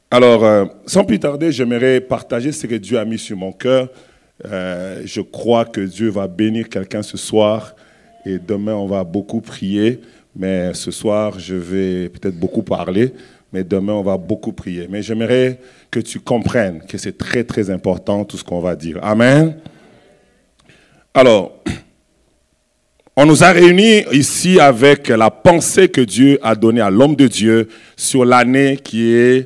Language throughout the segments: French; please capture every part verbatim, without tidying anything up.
Alors, euh, sans plus tarder, j'aimerais partager ce que Dieu a mis sur mon cœur. Euh, je crois que Dieu va bénir quelqu'un ce soir et demain, on va beaucoup prier. Mais ce soir, je vais peut-être beaucoup parler, mais demain, on va beaucoup prier. Mais j'aimerais que tu comprennes que c'est très, très important tout ce qu'on va dire. Amen. Alors, on nous a réunis ici avec la pensée que Dieu a donnée à l'homme de Dieu sur l'année qui est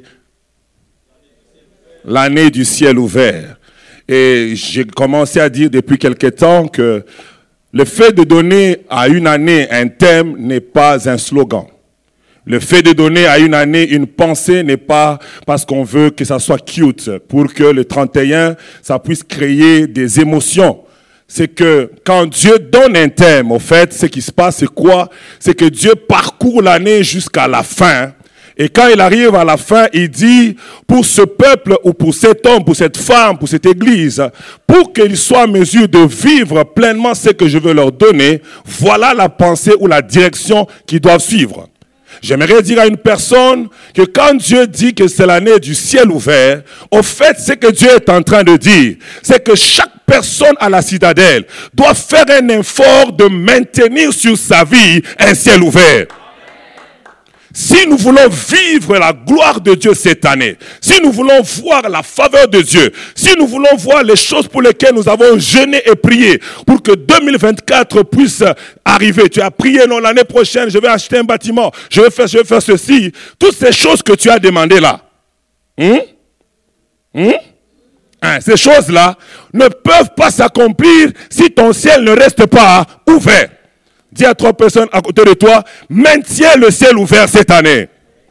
l'année du ciel ouvert. Et j'ai commencé à dire depuis quelque temps que le fait de donner à une année un thème n'est pas un slogan. Le fait de donner à une année une pensée n'est pas parce qu'on veut que ça soit cute, pour que le trente et un, ça puisse créer des émotions. C'est que quand Dieu donne un thème, au fait, ce qui se passe, c'est quoi? C'est que Dieu parcourt l'année jusqu'à la fin. Et quand il arrive à la fin, il dit, pour ce peuple ou pour cet homme, pour cette femme, pour cette église, pour qu'ils soient en mesure de vivre pleinement ce que je veux leur donner, voilà la pensée ou la direction qu'ils doivent suivre. J'aimerais dire à une personne que quand Dieu dit que c'est l'année du ciel ouvert, au fait, ce que Dieu est en train de dire, c'est que chaque personne à la citadelle doit faire un effort de maintenir sur sa vie un ciel ouvert. Si nous voulons vivre la gloire de Dieu cette année, si nous voulons voir la faveur de Dieu, si nous voulons voir les choses pour lesquelles nous avons jeûné et prié, pour que deux mille vingt-quatre puisse arriver. Tu as prié, non, l'année prochaine, je vais acheter un bâtiment, je vais faire, je vais faire ceci. Toutes ces choses que tu as demandées là, hum? Hum? Hein, ces choses-là ne peuvent pas s'accomplir si ton ciel ne reste pas ouvert. Dis à trois personnes à côté de toi, maintiens le ciel ouvert cette année.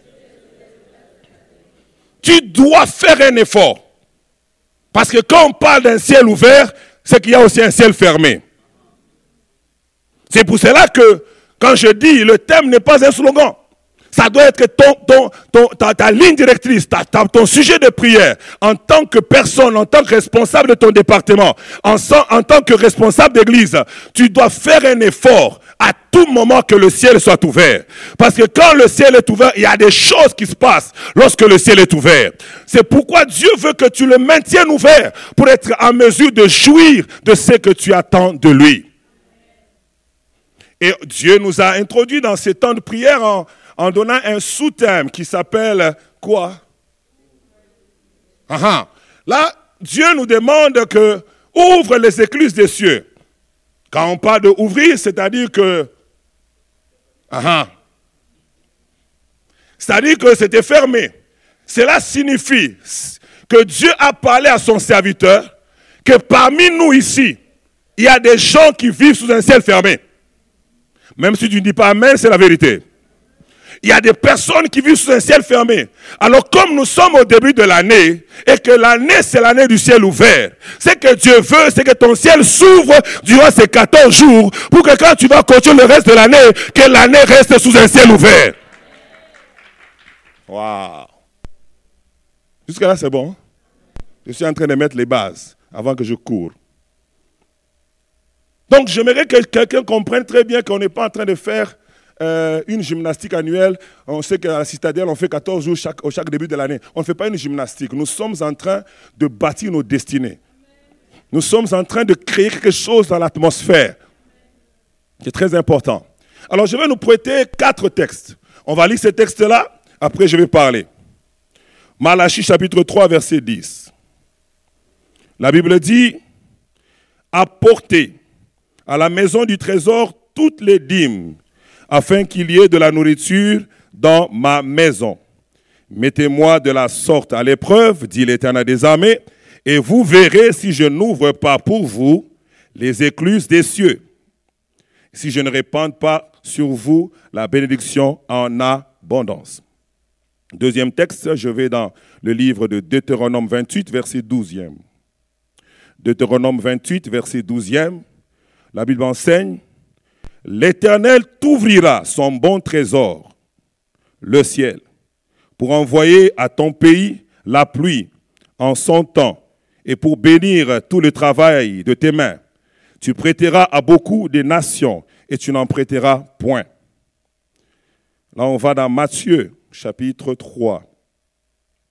Tu dois faire un effort. Parce que quand on parle d'un ciel ouvert, c'est qu'il y a aussi un ciel fermé. C'est pour cela que, quand je dis, le thème n'est pas un slogan. Ça doit être ton, ton, ton, ta, ta ligne directrice, ta, ta, ton sujet de prière, en tant que personne, en tant que responsable de ton département, en, en tant que responsable d'église, tu dois faire un effort à tout moment que le ciel soit ouvert. Parce que quand le ciel est ouvert, il y a des choses qui se passent lorsque le ciel est ouvert. C'est pourquoi Dieu veut que tu le maintiennes ouvert pour être en mesure de jouir de ce que tu attends de lui. Et Dieu nous a introduits dans ces temps de prière en en donnant un sous-thème qui s'appelle quoi? Aha. Là, Dieu nous demande que ouvre les écluses des cieux. Quand on parle de ouvrir, c'est-à-dire que aha. C'est-à-dire que c'était fermé. Cela signifie que Dieu a parlé à son serviteur que parmi nous ici, il y a des gens qui vivent sous un ciel fermé. Même si tu ne dis pas amen, c'est la vérité. Il y a des personnes qui vivent sous un ciel fermé. Alors comme nous sommes au début de l'année, et que l'année c'est l'année du ciel ouvert, ce que Dieu veut, c'est que ton ciel s'ouvre durant ces quatorze jours, pour que quand tu vas continuer le reste de l'année, que l'année reste sous un ciel ouvert. Waouh! Jusqu'à là c'est bon. Je suis en train de mettre les bases avant que je cours. Donc j'aimerais que quelqu'un comprenne très bien qu'on n'est pas en train de faire Euh, une gymnastique annuelle. On sait qu'à la citadelle, on fait quatorze jours chaque, au chaque début de l'année. On ne fait pas une gymnastique. Nous sommes en train de bâtir nos destinées. Nous sommes en train de créer quelque chose dans l'atmosphère. C'est très important. Alors, je vais nous prêter quatre textes. On va lire ces textes-là. Après, je vais parler. Malachie, chapitre trois, verset dix. La Bible dit, « Apportez à la maison du trésor toutes les dîmes, afin qu'il y ait de la nourriture dans ma maison. Mettez-moi de la sorte à l'épreuve, dit l'Éternel des armées, et vous verrez si je n'ouvre pas pour vous les écluses des cieux, si je ne répande pas sur vous la bénédiction en abondance. » Deuxième texte, je vais dans le livre de Deutéronome vingt-huit, verset douzième. Deutéronome vingt-huit, verset douzième, la Bible enseigne, « L'Éternel t'ouvrira son bon trésor, le ciel, pour envoyer à ton pays la pluie en son temps et pour bénir tout le travail de tes mains. Tu prêteras à beaucoup de nations et tu n'en prêteras point. » Là, on va dans Matthieu, chapitre trois.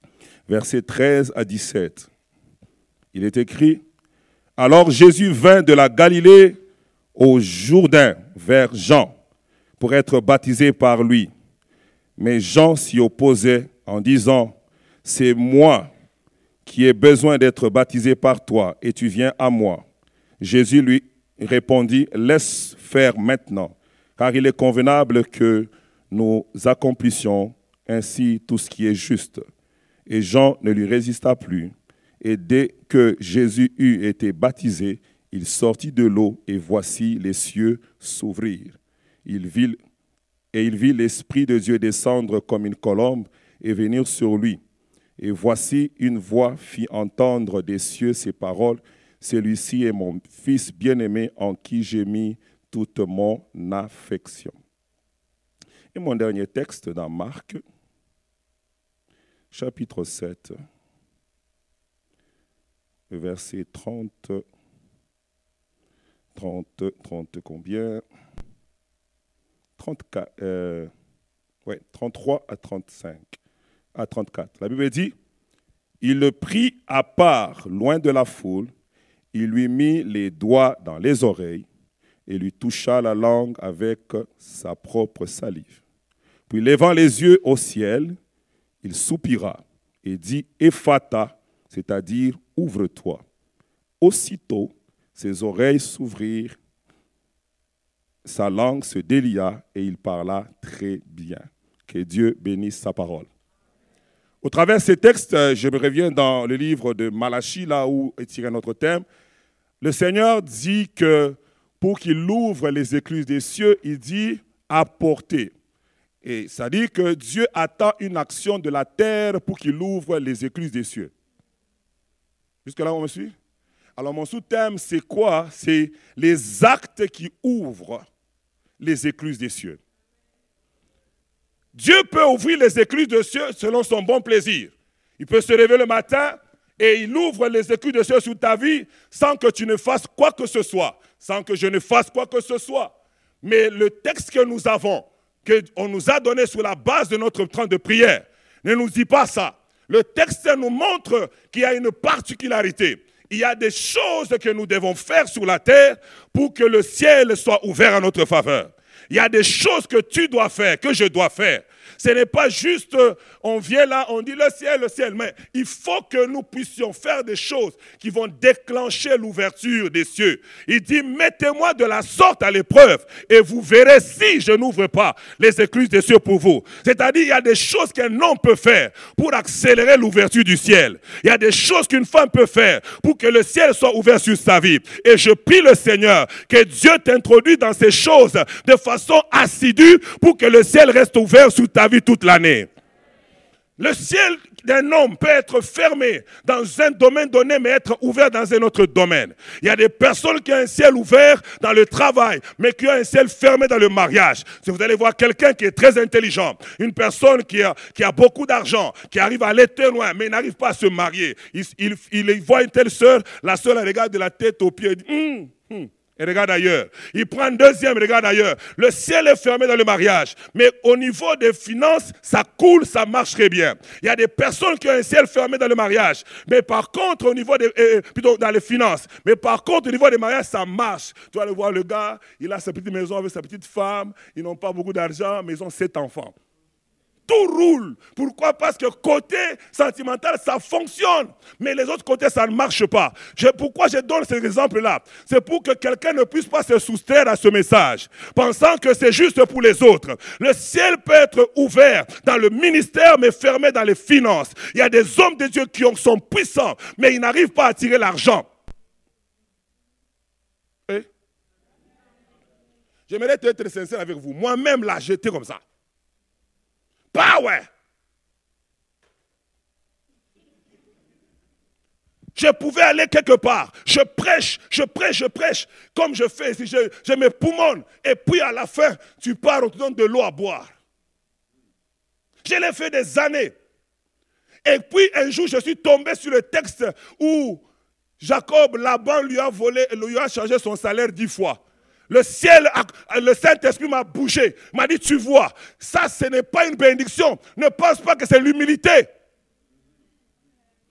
versets treize à dix-sept. Il est écrit, « Alors Jésus vint de la Galilée au Jourdain vers Jean pour être baptisé par lui. Mais Jean s'y opposait en disant, « C'est moi qui ai besoin d'être baptisé par toi, et tu viens à moi. » Jésus lui répondit, « Laisse faire maintenant, car il est convenable que nous accomplissions ainsi tout ce qui est juste. » Et Jean ne lui résista plus. Et dès que Jésus eut été baptisé, il sortit de l'eau, et voici les cieux s'ouvrir. Il vit, et il vit l'Esprit de Dieu descendre comme une colombe et venir sur lui. Et voici une voix fit entendre des cieux ces paroles, « Celui-ci est mon Fils bien-aimé en qui j'ai mis toute mon affection. » Et mon dernier texte dans Marc, chapitre sept, verset trente, trente, trente combien trente-quatre, euh, ouais, trente-trois à trente-cinq, à trente-quatre. La Bible dit, « Il le prit à part, loin de la foule, il lui mit les doigts dans les oreilles et lui toucha la langue avec sa propre salive. Puis levant les yeux au ciel, il soupira et dit « Ephata », c'est-à-dire « Ouvre-toi ». Aussitôt, ses oreilles s'ouvrirent, sa langue se délia et il parla très bien. Que Dieu bénisse sa parole. Au travers de ces textes, je me reviens dans le livre de Malachie, là où est tiré notre thème. Le Seigneur dit que pour qu'il ouvre les écluses des cieux, il dit « apporter ». Et ça dit que Dieu attend une action de la terre pour qu'il ouvre les écluses des cieux. Jusque-là, on me suit? Alors, mon sous-thème, c'est quoi? C'est les actes qui ouvrent les écluses des cieux. Dieu peut ouvrir les écluses des cieux selon son bon plaisir. Il peut se lever le matin et il ouvre les écluses des cieux sur ta vie sans que tu ne fasses quoi que ce soit, sans que je ne fasse quoi que ce soit. Mais le texte que nous avons, qu'on nous a donné sur la base de notre temps de prière, ne nous dit pas ça. Le texte nous montre qu'il y a une particularité. Il y a des choses que nous devons faire sur la terre pour que le ciel soit ouvert en notre faveur. Il y a des choses que tu dois faire, que je dois faire. Ce n'est pas juste, on vient là, on dit le ciel, le ciel. Mais il faut que nous puissions faire des choses qui vont déclencher l'ouverture des cieux. Il dit, mettez-moi de la sorte à l'épreuve et vous verrez si je n'ouvre pas les écluses des cieux pour vous. C'est-à-dire, il y a des choses qu'un homme peut faire pour accélérer l'ouverture du ciel. Il y a des choses qu'une femme peut faire pour que le ciel soit ouvert sur sa vie. Et je prie le Seigneur que Dieu t'introduise dans ces choses de façon assidue pour que le ciel reste ouvert sur ta vie toute l'année. Le ciel d'un homme peut être fermé dans un domaine donné, mais être ouvert dans un autre domaine. Il y a des personnes qui ont un ciel ouvert dans le travail, mais qui ont un ciel fermé dans le mariage. Si vous allez voir quelqu'un qui est très intelligent, une personne qui a, qui a beaucoup d'argent, qui arrive à aller très loin, mais n'arrive pas à se marier. Il, il, il voit une telle sœur, la sœur la regarde de la tête aux pieds et dit hum, hum. Et regarde ailleurs. Il prend un deuxième, regarde ailleurs. Le ciel est fermé dans le mariage. Mais au niveau des finances, ça coule, ça marche très bien. Il y a des personnes qui ont un ciel fermé dans le mariage. Mais par contre, au niveau des, euh, plutôt dans les finances. Mais par contre, au niveau des mariages, ça marche. Tu vas aller voir le gars, il a sa petite maison avec sa petite femme. Ils n'ont pas beaucoup d'argent, mais ils ont sept enfants. Tout roule. Pourquoi? Parce que côté sentimental, ça fonctionne. Mais les autres côtés, ça ne marche pas. Je, pourquoi je donne ces exemples-là? C'est pour que quelqu'un ne puisse pas se soustraire à ce message, pensant que c'est juste pour les autres. Le ciel peut être ouvert dans le ministère, mais fermé dans les finances. Il y a des hommes de Dieu qui sont puissants, mais ils n'arrivent pas à attirer l'argent. Eh? J'aimerais être sincère avec vous. Moi-même, là, j'étais comme ça. Pas ouais. Je pouvais aller quelque part. Je prêche, je prêche, je prêche. Comme je fais ici, je, je me poumonne. Et puis à la fin, tu pars, on te donne de l'eau à boire. Je l'ai fait des années. Et puis un jour, je suis tombé sur le texte où Jacob, Laban lui a volé, lui a changé son salaire dix fois. Le ciel, le Saint-Esprit m'a bougé, m'a dit, tu vois, ça ce n'est pas une bénédiction. Ne pense pas que c'est l'humilité.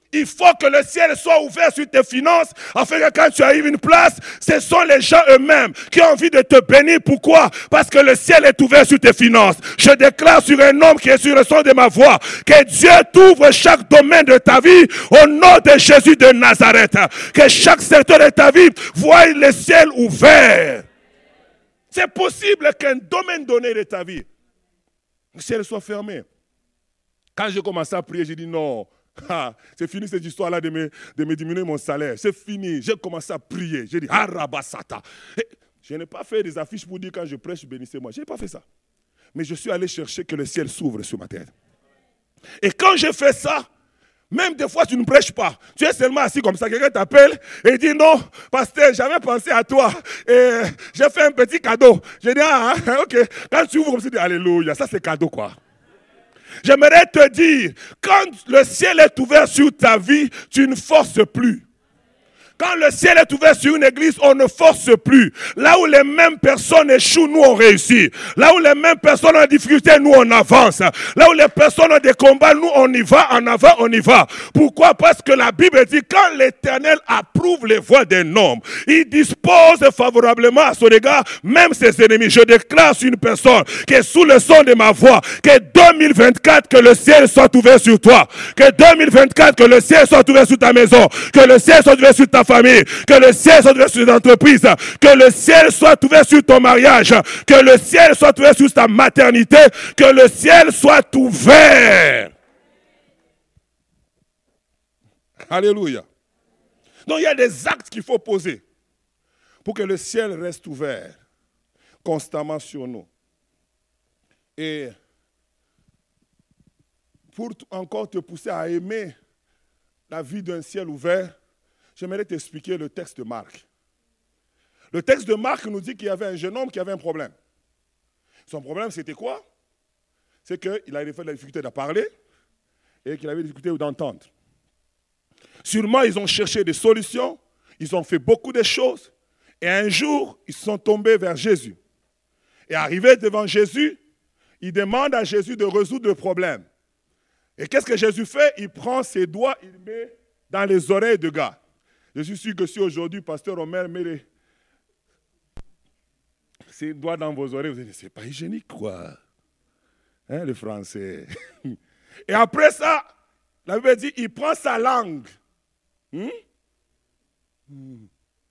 Il faut que le ciel soit ouvert sur tes finances, afin que quand tu arrives à une place, ce sont les gens eux-mêmes qui ont envie de te bénir. Pourquoi? Parce que le ciel est ouvert sur tes finances. Je déclare sur un homme qui est sur le son de ma voix, que Dieu t'ouvre chaque domaine de ta vie au nom de Jésus de Nazareth. Que chaque secteur de ta vie voie le ciel ouvert. C'est possible qu'un domaine donné de ta vie, le ciel soit fermé. Quand j'ai commencé à prier, j'ai dit non. Ah, c'est fini cette histoire-là de me, de me diminuer mon salaire. C'est fini. J'ai commencé à prier. J'ai dit, Arabasata. Je n'ai pas fait des affiches pour dire quand je prêche, bénissez-moi. Je n'ai pas fait ça. Mais je suis allé chercher que le ciel s'ouvre sur ma tête. Et quand j'ai fait ça, même des fois tu ne prêches pas. Tu es seulement assis comme ça. Quelqu'un t'appelle et dit non, pasteur, j'avais pensé à toi. Et j'ai fait un petit cadeau. J'ai dit, ah, ok. Quand tu ouvres comme ça, tu dis, alléluia. Ça, c'est cadeau, quoi. J'aimerais te dire, quand le ciel est ouvert sur ta vie, tu ne forces plus. Quand le ciel est ouvert sur une église, on ne force plus. Là où les mêmes personnes échouent, nous on réussit. Là où les mêmes personnes ont des difficultés, nous on avance. Là où les personnes ont des combats, nous on y va, en avant on y va. Pourquoi? Parce que la Bible dit, quand l'Éternel approuve les voies d'un homme, il dispose favorablement à son égard, même ses ennemis. Je déclare sur une personne qui est sous le son de ma voix, que deux mille vingt-quatre, que le ciel soit ouvert sur toi. Que deux mille vingt-quatre, que le ciel soit ouvert sur ta maison. Que le ciel soit ouvert sur ta famille, que le ciel soit ouvert sur ton entreprise, que le ciel soit ouvert sur ton mariage, que le ciel soit ouvert sur ta maternité, que le ciel soit ouvert. Alléluia. Donc il y a des actes qu'il faut poser pour que le ciel reste ouvert constamment sur nous. Et pour encore te pousser à aimer la vie d'un ciel ouvert, j'aimerais t'expliquer le texte de Marc. Le texte de Marc nous dit qu'il y avait un jeune homme qui avait un problème. Son problème, c'était quoi? C'est qu'il avait fait la difficulté de parler et qu'il avait la difficulté d'entendre. Sûrement, ils ont cherché des solutions, ils ont fait beaucoup de choses, et un jour, ils sont tombés vers Jésus. Et arrivés devant Jésus, ils demandent à Jésus de résoudre le problème. Et qu'est-ce que Jésus fait? Il prend ses doigts, il met dans les oreilles de gars. Je suis sûr que si aujourd'hui, pasteur Omer met les... ses doigts dans vos oreilles, vous allez dire, c'est pas hygiénique, quoi. Hein, le français. Et après ça, la Bible dit, il prend sa langue. Hmm? Hmm.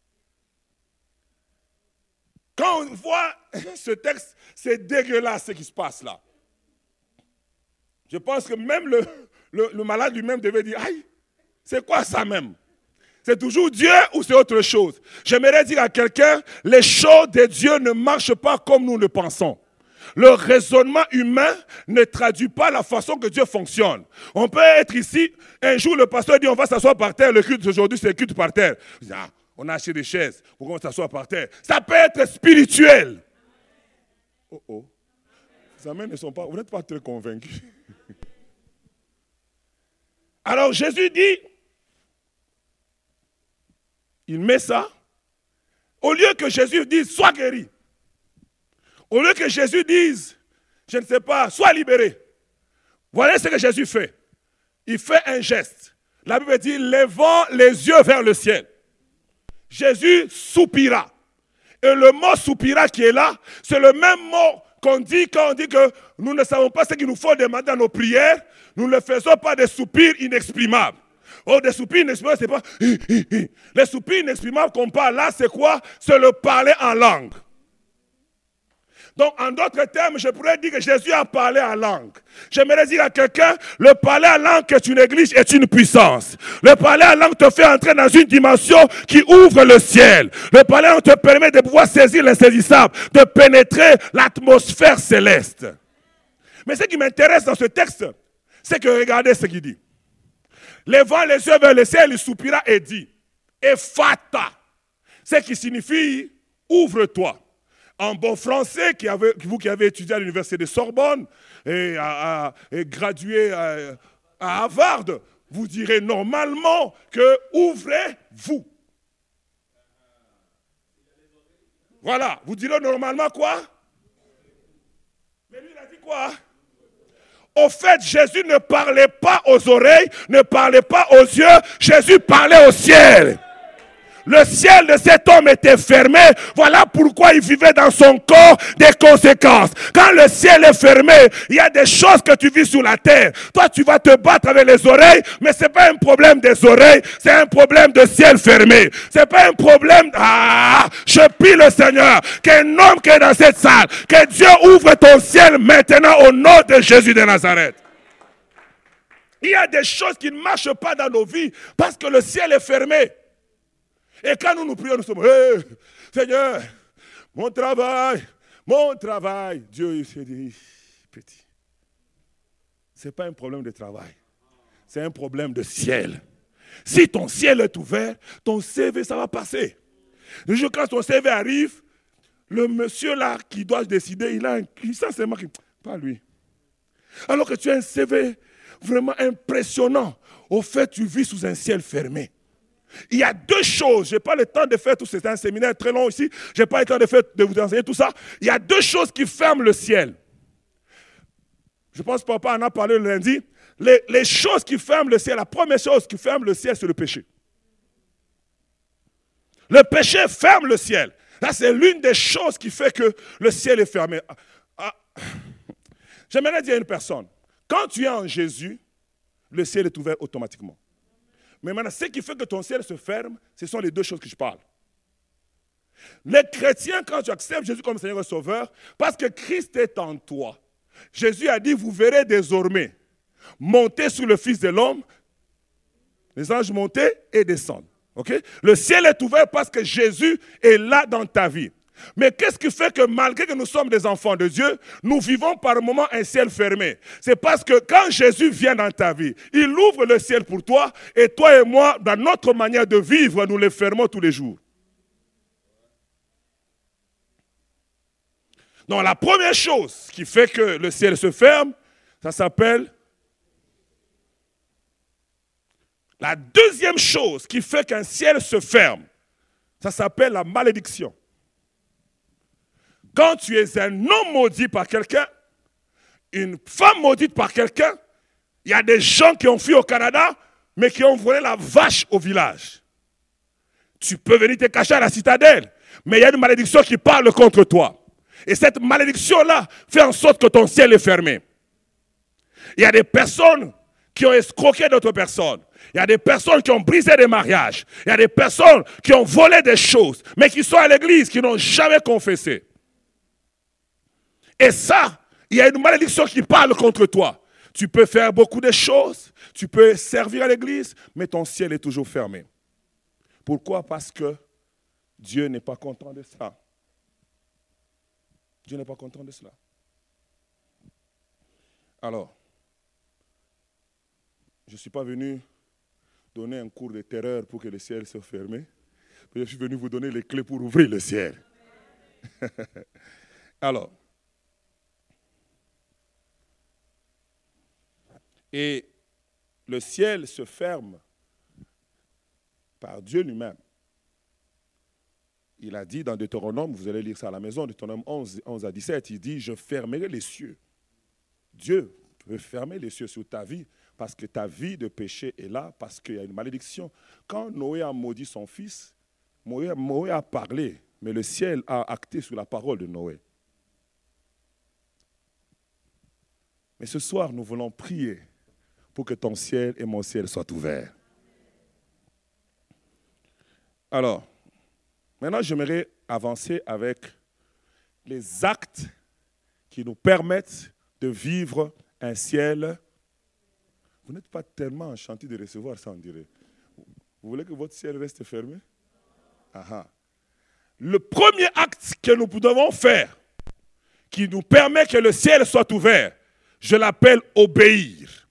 Quand on voit ce texte, c'est dégueulasse ce qui se passe là. Je pense que même le, le, le malade lui-même devait dire, aïe, c'est quoi ça même? C'est toujours Dieu ou c'est autre chose? J'aimerais dire à quelqu'un, les choses de Dieu ne marchent pas comme nous le pensons. Le raisonnement humain ne traduit pas la façon que Dieu fonctionne. On peut être ici, un jour le pasteur dit on va s'asseoir par terre, le culte aujourd'hui c'est le culte par terre. Ah, on a acheté des chaises, pourquoi on s'assoit par terre? Ça peut être spirituel. Oh oh, les amens ne sont pas, vous n'êtes pas très convaincus. Alors Jésus dit, il met ça, au lieu que Jésus dise, sois guéri. Au lieu que Jésus dise, je ne sais pas, sois libéré. Voilà ce que Jésus fait. Il fait un geste. La Bible dit, levant les yeux vers le ciel. Jésus soupira. Et le mot soupira qui est là, c'est le même mot qu'on dit quand on dit que nous ne savons pas ce qu'il nous faut demander dans nos prières. Nous ne faisons pas des soupirs inexprimables. Oh, des soupirs inexprimables, c'est pas... Les soupirs inexprimables qu'on parle là, c'est quoi? C'est le parler en langue. Donc, en d'autres termes, je pourrais dire que Jésus a parlé en langue. J'aimerais dire à quelqu'un, le parler en langue que tu négliges est une puissance. Le parler en langue te fait entrer dans une dimension qui ouvre le ciel. Le parler en langue te permet de pouvoir saisir l'insaisissable, de pénétrer l'atmosphère céleste. Mais ce qui m'intéresse dans ce texte, c'est que regardez ce qu'il dit. Levant les yeux vers le ciel, il soupira et dit, Ephata, ce qui signifie ouvre-toi. En bon français, qui avait, vous qui avez étudié à l'université de Sorbonne et, à, à, et gradué à, à Harvard, vous direz normalement que ouvrez-vous. Voilà, vous direz normalement quoi? Mais lui, il a dit quoi? Au fait, Jésus ne parlait pas aux oreilles, ne parlait pas aux yeux, Jésus parlait au ciel. Le ciel de cet homme était fermé. Voilà pourquoi il vivait dans son corps des conséquences. Quand le ciel est fermé, il y a des choses que tu vis sur la terre. Toi, tu vas te battre avec les oreilles, mais ce n'est pas un problème des oreilles, c'est un problème de ciel fermé. Ce n'est pas un problème... Ah, je prie le Seigneur, qu'un homme qui est dans cette salle, que Dieu ouvre ton ciel maintenant au nom de Jésus de Nazareth. Il y a des choses qui ne marchent pas dans nos vies parce que le ciel est fermé. Et quand nous nous prions, nous sommes, hey, Seigneur, mon travail, mon travail. Dieu, il s'est dit, petit, ce n'est pas un problème de travail, c'est un problème de ciel. Si ton ciel est ouvert, ton C V, ça va passer. Le jour quand ton C V arrive, le monsieur là qui doit décider, il a un, il sent seulement qu'il, pas lui. Alors que tu as un C V vraiment impressionnant, au fait, tu vis sous un ciel fermé. Il y a deux choses, je n'ai pas le temps de faire tout, c'est un séminaire très long ici, je n'ai pas le temps de, faire, de vous enseigner tout ça. Il y a deux choses qui ferment le ciel. Je pense que papa en a parlé le lundi. Les, les choses qui ferment le ciel, la première chose qui ferme le ciel, c'est le péché. Le péché ferme le ciel. Là, c'est l'une des choses qui fait que le ciel est fermé. Ah, ah. J'aimerais dire à une personne, quand tu es en Jésus, le ciel est ouvert automatiquement. Mais maintenant, ce qui fait que ton ciel se ferme, ce sont les deux choses que je parle. Les chrétiens, quand tu acceptes Jésus comme Seigneur et Sauveur, parce que Christ est en toi, Jésus a dit, vous verrez désormais monter sur le Fils de l'homme, les anges monter et descendre. Okay? Le ciel est ouvert parce que Jésus est là dans ta vie. Mais qu'est-ce qui fait que malgré que nous sommes des enfants de Dieu, nous vivons par moments un ciel fermé? C'est parce que quand Jésus vient dans ta vie, il ouvre le ciel pour toi, et toi et moi, dans notre manière de vivre, nous le fermons tous les jours. Donc la première chose qui fait que le ciel se ferme, ça s'appelle... La deuxième chose qui fait qu'un ciel se ferme, ça s'appelle la malédiction. Quand tu es un homme maudit par quelqu'un, une femme maudite par quelqu'un, il y a des gens qui ont fui au Canada, mais qui ont volé la vache au village. Tu peux venir te cacher à la citadelle, mais il y a une malédiction qui parle contre toi. Et cette malédiction-là fait en sorte que ton ciel est fermé. Il y a des personnes qui ont escroqué d'autres personnes. Il y a des personnes qui ont brisé des mariages. Il y a des personnes qui ont volé des choses, mais qui sont à l'église, qui n'ont jamais confessé. Et ça, il y a une malédiction qui parle contre toi. Tu peux faire beaucoup de choses, tu peux servir à l'église, mais ton ciel est toujours fermé. Pourquoi? Parce que Dieu n'est pas content de ça. Dieu n'est pas content de cela. Alors, je ne suis pas venu donner un cours de terreur pour que le ciel soit fermé, mais je suis venu vous donner les clés pour ouvrir le ciel. Alors, et le ciel se ferme par Dieu lui-même. Il a dit dans Deutéronome, vous allez lire ça à la maison, Deutéronome onze, onze à dix-sept, il dit, je fermerai les cieux. Dieu peut fermer les cieux sur ta vie parce que ta vie de péché est là, parce qu'il y a une malédiction. Quand Noé a maudit son fils, Noé, Noé a parlé, mais le ciel a acté sur la parole de Noé. Mais ce soir, nous voulons prier pour que ton ciel et mon ciel soient ouverts. Alors, maintenant, j'aimerais avancer avec les actes qui nous permettent de vivre un ciel. Vous n'êtes pas tellement enchanté de recevoir ça, on dirait. Vous voulez que votre ciel reste fermé? Aha. Le premier acte que nous devons faire, qui nous permet que le ciel soit ouvert, je l'appelle obéir.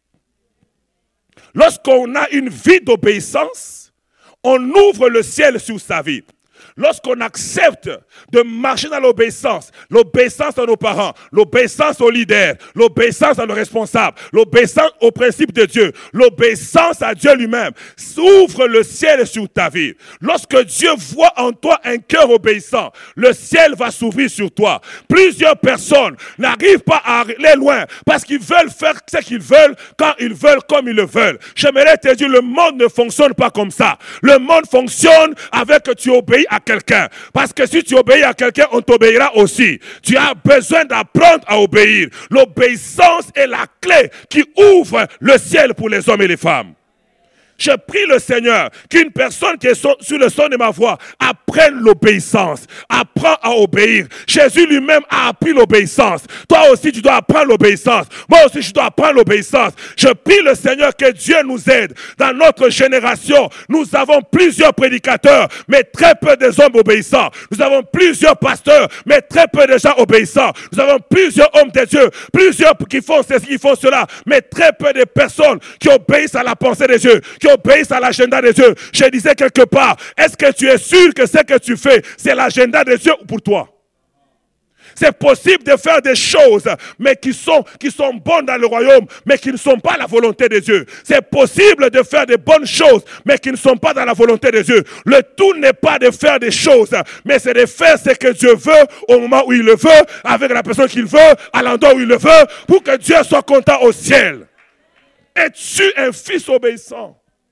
Lorsqu'on a une vie d'obéissance, on ouvre le ciel sur sa vie. lorsqu'on accepte de marcher dans l'obéissance, l'obéissance à nos parents, l'obéissance aux leaders, l'obéissance à nos responsables, l'obéissance aux principes de Dieu, l'obéissance à Dieu lui-même, ouvre le ciel sur ta vie. Lorsque Dieu voit en toi un cœur obéissant, le ciel va s'ouvrir sur toi. Plusieurs personnes n'arrivent pas à aller loin parce qu'ils veulent faire ce qu'ils veulent quand ils veulent comme ils le veulent. J'aimerais te dire, le monde ne fonctionne pas comme ça. Le monde fonctionne avec que tu obéis à quelqu'un. Parce que si tu obéis à quelqu'un, on t'obéira aussi. Tu as besoin d'apprendre à obéir. L'obéissance est la clé qui ouvre le ciel pour les hommes et les femmes. Je prie le Seigneur qu'une personne qui est sur le son de ma voix apprenne l'obéissance, apprend à obéir. Jésus lui-même a appris l'obéissance. Toi aussi, tu dois apprendre l'obéissance. Moi aussi, je dois apprendre l'obéissance. Je prie le Seigneur que Dieu nous aide. Dans notre génération, nous avons plusieurs prédicateurs, mais très peu des hommes obéissants. Nous avons plusieurs pasteurs, mais très peu de gens obéissants. Nous avons plusieurs hommes de Dieu, plusieurs qui font ceci, qui font cela, mais très peu de personnes qui obéissent à la pensée de Dieu, qui obéissent à l'agenda de Dieu. Je disais quelque part, est-ce que tu es sûr que ce que tu fais, c'est l'agenda de Dieu pour toi? C'est possible de faire des choses, mais qui sont, qui sont bonnes dans le royaume, mais qui ne sont pas la volonté de Dieu. C'est possible de faire des bonnes choses, mais qui ne sont pas dans la volonté de Dieu. Le tout n'est pas de faire des choses, mais c'est de faire ce que Dieu veut, au moment où il le veut, avec la personne qu'il veut, à l'endroit où il le veut, pour que Dieu soit content au ciel. Es-tu un fils obéissant?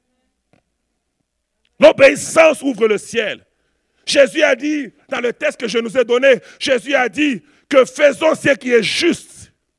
L'obéissance ouvre le ciel. Jésus a dit, dans le texte que je nous ai donné, Jésus a dit que faisons ce qui est juste.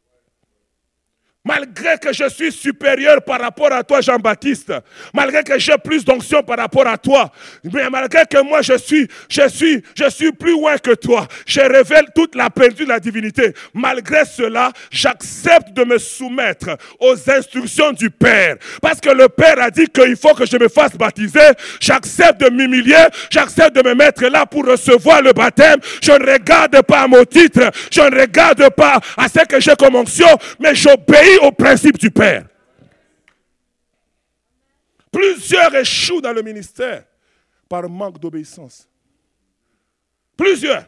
Malgré que je suis supérieur par rapport à toi, Jean-Baptiste, malgré que j'ai plus d'onction par rapport à toi, mais malgré que moi je suis, je suis, je suis plus loin que toi, je révèle toute la plénitude de la divinité. Malgré cela, j'accepte de me soumettre aux instructions du Père. Parce que le Père a dit qu'il faut que je me fasse baptiser. J'accepte de m'humilier, j'accepte de me mettre là pour recevoir le baptême. Je ne regarde pas à mon titre, je ne regarde pas à ce que j'ai comme onction, mais j'obéis au principe du Père. Plusieurs échouent dans le ministère par manque d'obéissance. Plusieurs.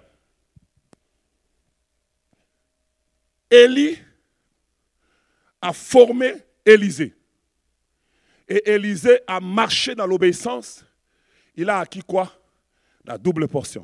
Élie a formé Élisée. Et Élisée a marché dans l'obéissance. Il a acquis quoi? La double portion.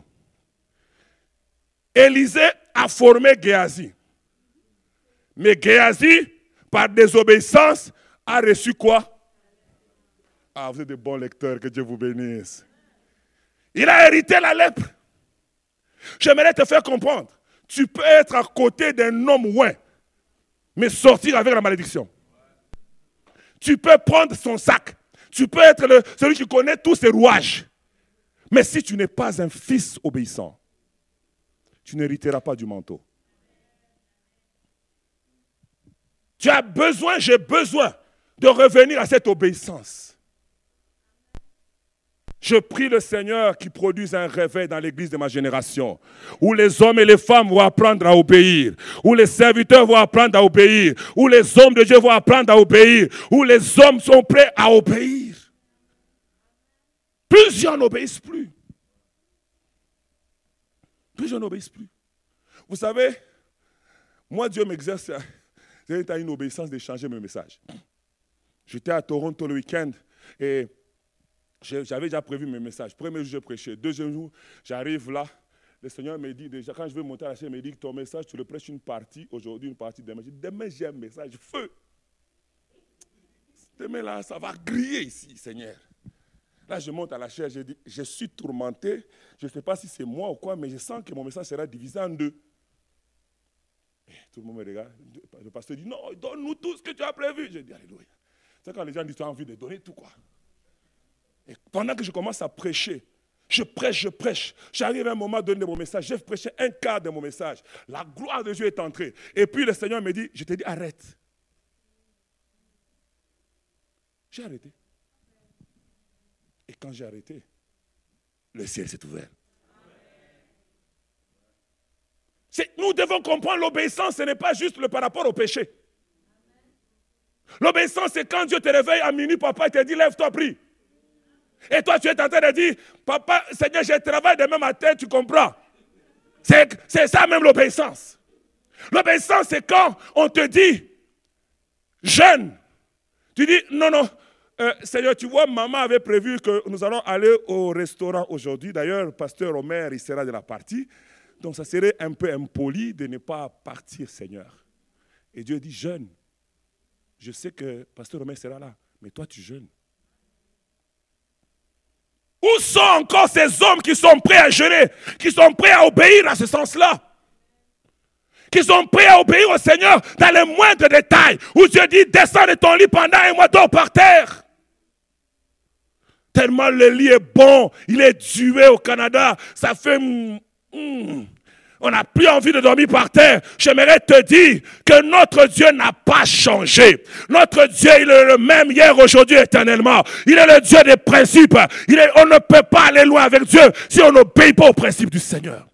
Élisée a formé Géasi. Mais Géasi, par désobéissance, a reçu quoi? Ah, vous êtes de bons lecteurs, que Dieu vous bénisse. Il a hérité la lèpre. J'aimerais te faire comprendre. Tu peux être à côté d'un homme ouin, mais sortir avec la malédiction. Tu peux prendre son sac. Tu peux être le, celui qui connaît tous ses rouages. Mais si tu n'es pas un fils obéissant, tu n'hériteras pas du manteau. Tu as besoin, j'ai besoin de revenir à cette obéissance. Je prie le Seigneur qui produise un réveil dans l'église de ma génération, où les hommes et les femmes vont apprendre à obéir, où les serviteurs vont apprendre à obéir, où les hommes de Dieu vont apprendre à obéir, où les hommes sont prêts à obéir. Plusieurs n'obéissent plus. Plusieurs n'obéissent plus. Vous savez, moi Dieu m'exerce... J'ai eu une obéissance d'échanger mes messages. J'étais à Toronto le week-end et j'avais déjà prévu mes messages. Premier jour, j'ai prêché. Deuxième jour, j'arrive là. Le Seigneur me dit déjà, quand je vais monter à la chaîne, il me dit que ton message, tu le prêches une partie aujourd'hui, une partie demain. Je dis, demain, j'ai un message feu. Demain, là, ça va griller ici, Seigneur. Là, je monte à la chaise, je dis, je suis tourmenté. Je ne sais pas si c'est moi ou quoi, mais je sens que mon message sera divisé en deux. Tout le monde me regarde. Le pasteur dit, non, donne-nous tout ce que tu as prévu. Je dis, alléluia. C'est quand les gens disent, tu as envie de donner tout, quoi. Et pendant que je commence à prêcher, je prêche, je prêche. J'arrive à un moment donné de mon message. J'ai prêché un quart de mon message. La gloire de Dieu est entrée. Et puis le Seigneur me dit, je te dis, arrête. J'ai arrêté. Et quand j'ai arrêté, le ciel s'est ouvert. Nous devons comprendre l'obéissance, ce n'est pas juste le par rapport au péché. L'obéissance, c'est quand Dieu te réveille à minuit, papa, et te dit, lève-toi, prie. Et toi, tu es en train de dire, papa, Seigneur, je travaille demain matin, tu comprends? C'est, c'est ça même l'obéissance. L'obéissance, c'est quand on te dit, jeûne. Tu dis, non, non, euh, Seigneur, tu vois, maman avait prévu que nous allons aller au restaurant aujourd'hui. D'ailleurs, pasteur Omer, il sera de la partie. Donc, ça serait un peu impoli de ne pas partir, Seigneur. Et Dieu dit, jeûne. Je sais que pasteur Omer sera là, mais toi, tu jeûnes. Où sont encore ces hommes qui sont prêts à jeûner, qui sont prêts à obéir à ce sens-là, qui sont prêts à obéir au Seigneur dans les moindres détails, où Dieu dit, descends de ton lit pendant un mois, dors par terre. Tellement le lit est bon, il est dué au Canada, ça fait... Mm, mm, on n'a plus envie de dormir par terre. J'aimerais te dire que notre Dieu n'a pas changé. Notre Dieu, il est le même hier, aujourd'hui, éternellement. Il est le Dieu des principes. Il est, on ne peut pas aller loin avec Dieu si on n'obéit pas aux principes du Seigneur.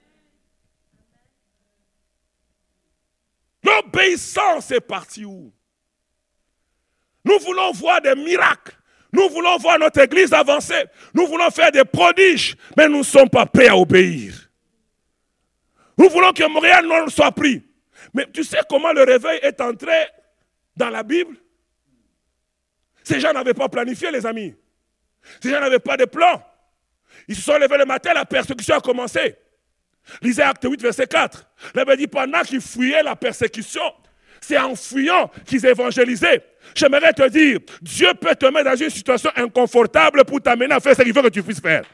L'obéissance est partie où? Nous voulons voir des miracles. Nous voulons voir notre église avancer. Nous voulons faire des prodiges. Mais nous ne sommes pas prêts à obéir. Nous voulons que Montréal non soit pris. Mais tu sais comment le réveil est entré dans la Bible? Ces gens n'avaient pas planifié, les amis. Ces gens n'avaient pas de plan. Ils se sont levés le matin, la persécution a commencé. Lisez Acte huit, verset quatre. La Bible dit, pendant qu'ils fuyaient la persécution, c'est en fuyant qu'ils évangélisaient. J'aimerais te dire, Dieu peut te mettre dans une situation inconfortable pour t'amener à faire ce qu'il veut que tu puisses faire.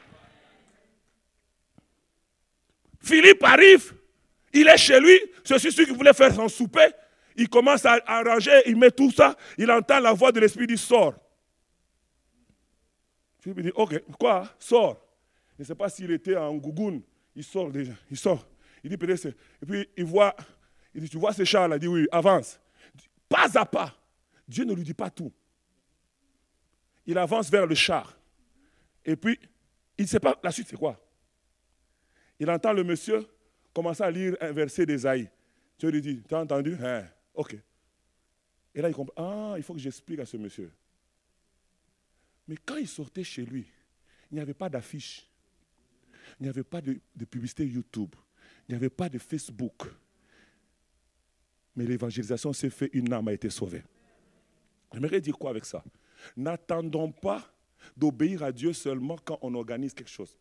Philippe arrive, il est chez lui, c'est celui qui voulait faire son souper, il commence à arranger, il met tout ça, il entend la voix de l'Esprit, il dit, sors. Philippe dit, ok, quoi, sors. Je ne sais pas s'il était en gougoune, il sort déjà, il sort. Il dit, peut-être, et puis il voit, il dit, tu vois ce char-là, il dit, oui, avance. Pas à pas, Dieu ne lui dit pas tout. Il avance vers le char, et puis, il ne sait pas, la suite c'est quoi? Il entend le monsieur commencer à lire un verset d'Ésaïe. Dieu lui dit, tu as entendu? Hein, ok. Et là, il comprend, ah, il faut que j'explique à ce monsieur. Mais quand il sortait chez lui, il n'y avait pas d'affiche. Il n'y avait pas de, de publicité YouTube. Il n'y avait pas de Facebook. Mais l'évangélisation s'est faite, une âme a été sauvée. J'aimerais dire quoi avec ça? N'attendons pas d'obéir à Dieu seulement quand on organise quelque chose.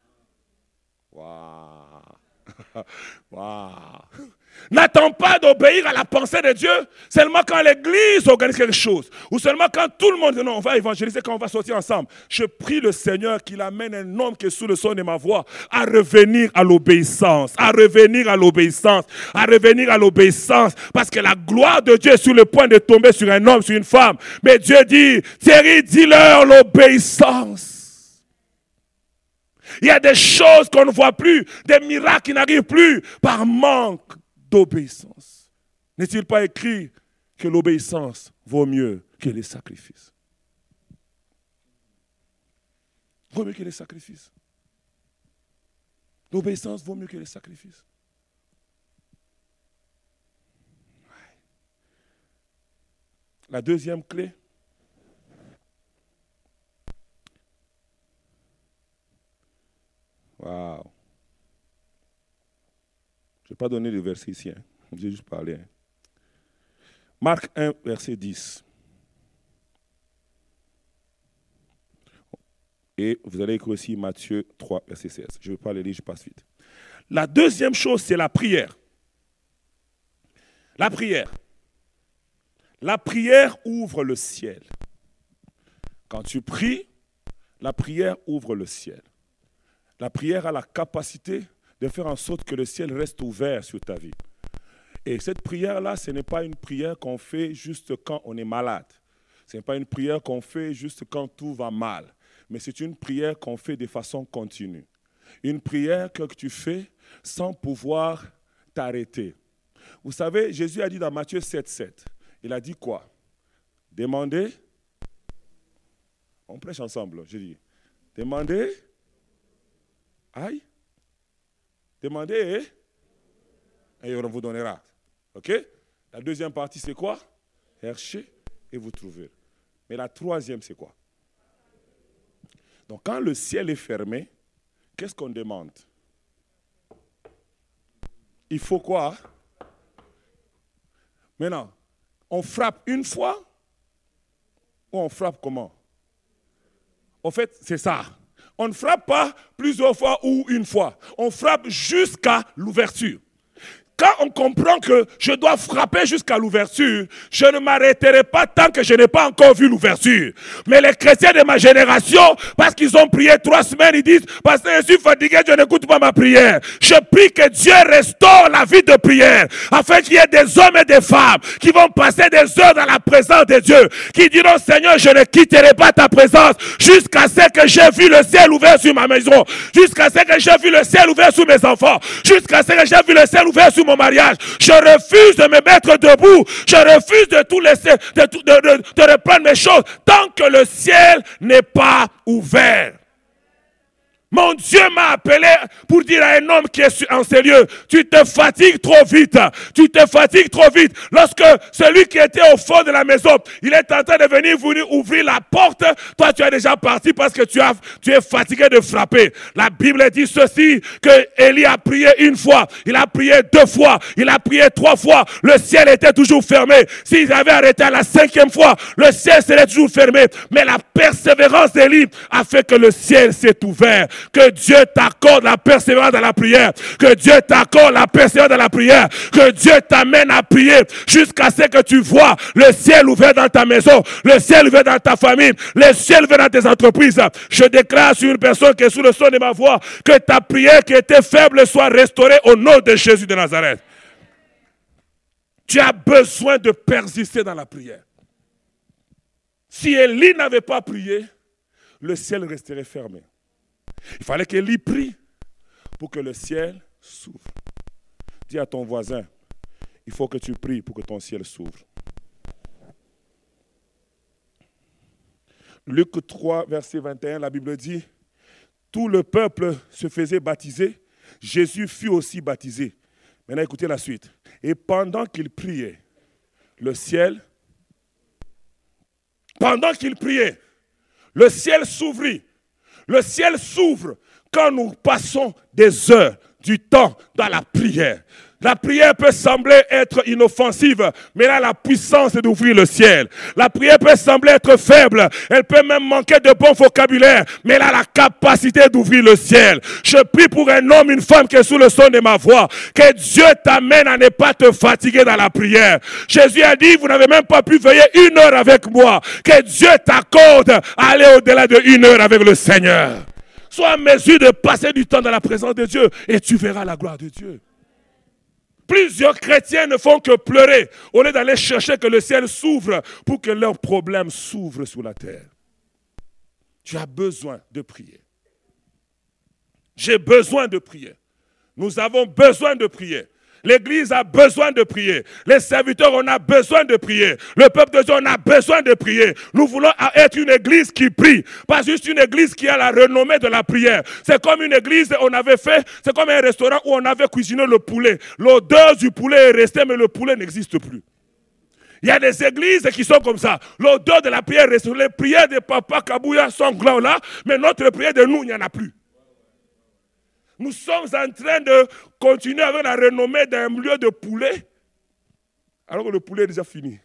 Waouh! Wow. N'attends pas d'obéir à la pensée de Dieu seulement quand l'église organise quelque chose ou seulement quand tout le monde dit non, on va évangéliser, quand on va sortir ensemble. Je prie le Seigneur qu'il amène un homme qui est sous le son de ma voix à revenir à l'obéissance, à revenir à l'obéissance, à revenir à l'obéissance, parce que la gloire de Dieu est sur le point de tomber sur un homme, sur une femme. Mais Dieu dit, Thierry, dis-leur l'obéissance. Il y a des choses qu'on ne voit plus, des miracles qui n'arrivent plus par manque d'obéissance. N'est-il pas écrit que l'obéissance vaut mieux que les sacrifices? Vaut mieux que les sacrifices. L'obéissance vaut mieux que les sacrifices. La deuxième clé, waouh. Je n'ai pas donné le verset ici. Hein. J'ai juste parlé. Hein. Marc un, verset dix. Et vous allez écrire aussi Matthieu trois, verset seize. Je ne vais pas le lire, je passe vite. La deuxième chose, c'est la prière. La prière. La prière ouvre le ciel. Quand tu pries, la prière ouvre le ciel. La prière a la capacité de faire en sorte que le ciel reste ouvert sur ta vie. Et cette prière-là, ce n'est pas une prière qu'on fait juste quand on est malade. Ce n'est pas une prière qu'on fait juste quand tout va mal. Mais c'est une prière qu'on fait de façon continue. Une prière que tu fais sans pouvoir t'arrêter. Vous savez, Jésus a dit dans Matthieu sept, sept, il a dit quoi? Demandez. On prêche ensemble, je dis. Demandez. Aïe. Demandez et, et on vous donnera. Ok? La deuxième partie, c'est quoi? Cherchez et vous trouverez. Mais la troisième, c'est quoi? Donc quand le ciel est fermé, qu'est-ce qu'on demande? Il faut quoi? Maintenant, on frappe une fois ou on frappe comment? En fait, c'est ça. On ne frappe pas plusieurs fois ou une fois. On frappe jusqu'à l'ouverture. Quand on comprend que je dois frapper jusqu'à l'ouverture, je ne m'arrêterai pas tant que je n'ai pas encore vu l'ouverture. Mais les chrétiens de ma génération, parce qu'ils ont prié trois semaines, ils disent, parce que je suis fatigué, je n'écoute pas ma prière. Je prie que Dieu restaure la vie de prière, afin qu'il y ait des hommes et des femmes qui vont passer des heures dans la présence de Dieu, qui diront, Seigneur, je ne quitterai pas ta présence jusqu'à ce que j'ai vu le ciel ouvert sur ma maison, jusqu'à ce que j'ai vu le ciel ouvert sur mes enfants, jusqu'à ce que j'ai vu le ciel ouvert sur mon mariage. Je refuse de me mettre debout. Je refuse de tout laisser, de, de, de, de reprendre mes choses tant que le ciel n'est pas ouvert. Mon Dieu m'a appelé pour dire à un homme qui est en ces lieux, tu te fatigues trop vite, tu te fatigues trop vite. Lorsque celui qui était au fond de la maison, il est en train de venir, venir ouvrir la porte, toi tu es déjà parti parce que tu, as, tu es fatigué de frapper. La Bible dit ceci, que Élie a prié une fois, il a prié deux fois, il a prié trois fois, le ciel était toujours fermé. S'il avait arrêté à la cinquième fois, le ciel serait toujours fermé. Mais la persévérance d'Élie a fait que le ciel s'est ouvert. Que Dieu t'accorde la persévérance dans la prière. Que Dieu t'accorde la persévérance dans la prière. Que Dieu t'amène à prier jusqu'à ce que tu vois le ciel ouvert dans ta maison, le ciel ouvert dans ta famille, le ciel ouvert dans tes entreprises. Je déclare sur une personne qui est sous le son de ma voix que ta prière qui était faible soit restaurée au nom de Jésus de Nazareth. Tu as besoin de persister dans la prière. Si Élie n'avait pas prié, le ciel resterait fermé. Il fallait qu'Élie prie pour que le ciel s'ouvre. Dis à ton voisin, il faut que tu pries pour que ton ciel s'ouvre. Luc trois, verset vingt et un, la Bible dit, tout le peuple se faisait baptiser, Jésus fut aussi baptisé. Maintenant écoutez la suite. Et pendant qu'il priait, le ciel, pendant qu'il priait, le ciel s'ouvrit. Le ciel s'ouvre quand nous passons des heures, du temps dans la prière. La prière peut sembler être inoffensive, mais elle a la puissance d'ouvrir le ciel. La prière peut sembler être faible, elle peut même manquer de bon vocabulaire, mais elle a la capacité d'ouvrir le ciel. Je prie pour un homme, une femme qui est sous le son de ma voix, que Dieu t'amène à ne pas te fatiguer dans la prière. Jésus a dit, vous n'avez même pas pu veiller une heure avec moi. Que Dieu t'accorde à aller au-delà de une heure avec le Seigneur. Sois en mesure de passer du temps dans la présence de Dieu et tu verras la gloire de Dieu. Plusieurs chrétiens ne font que pleurer au lieu d'aller chercher que le ciel s'ouvre pour que leurs problèmes s'ouvrent sur la terre. Tu as besoin de prier. J'ai besoin de prier. Nous avons besoin de prier. L'église a besoin de prier. Les serviteurs, on a besoin de prier. Le peuple de Dieu, on a besoin de prier. Nous voulons être une église qui prie. Pas juste une église qui a la renommée de la prière. C'est comme une église, on avait fait, c'est comme un restaurant où on avait cuisiné le poulet. L'odeur du poulet est restée, mais le poulet n'existe plus. Il y a des églises qui sont comme ça. L'odeur de la prière reste. Les prières de Papa Kabouya sont grandes là, mais notre prière de nous, il n'y en a plus. Nous sommes en train de continuer avec la renommée d'un lieu de poulet, alors que le poulet est déjà fini.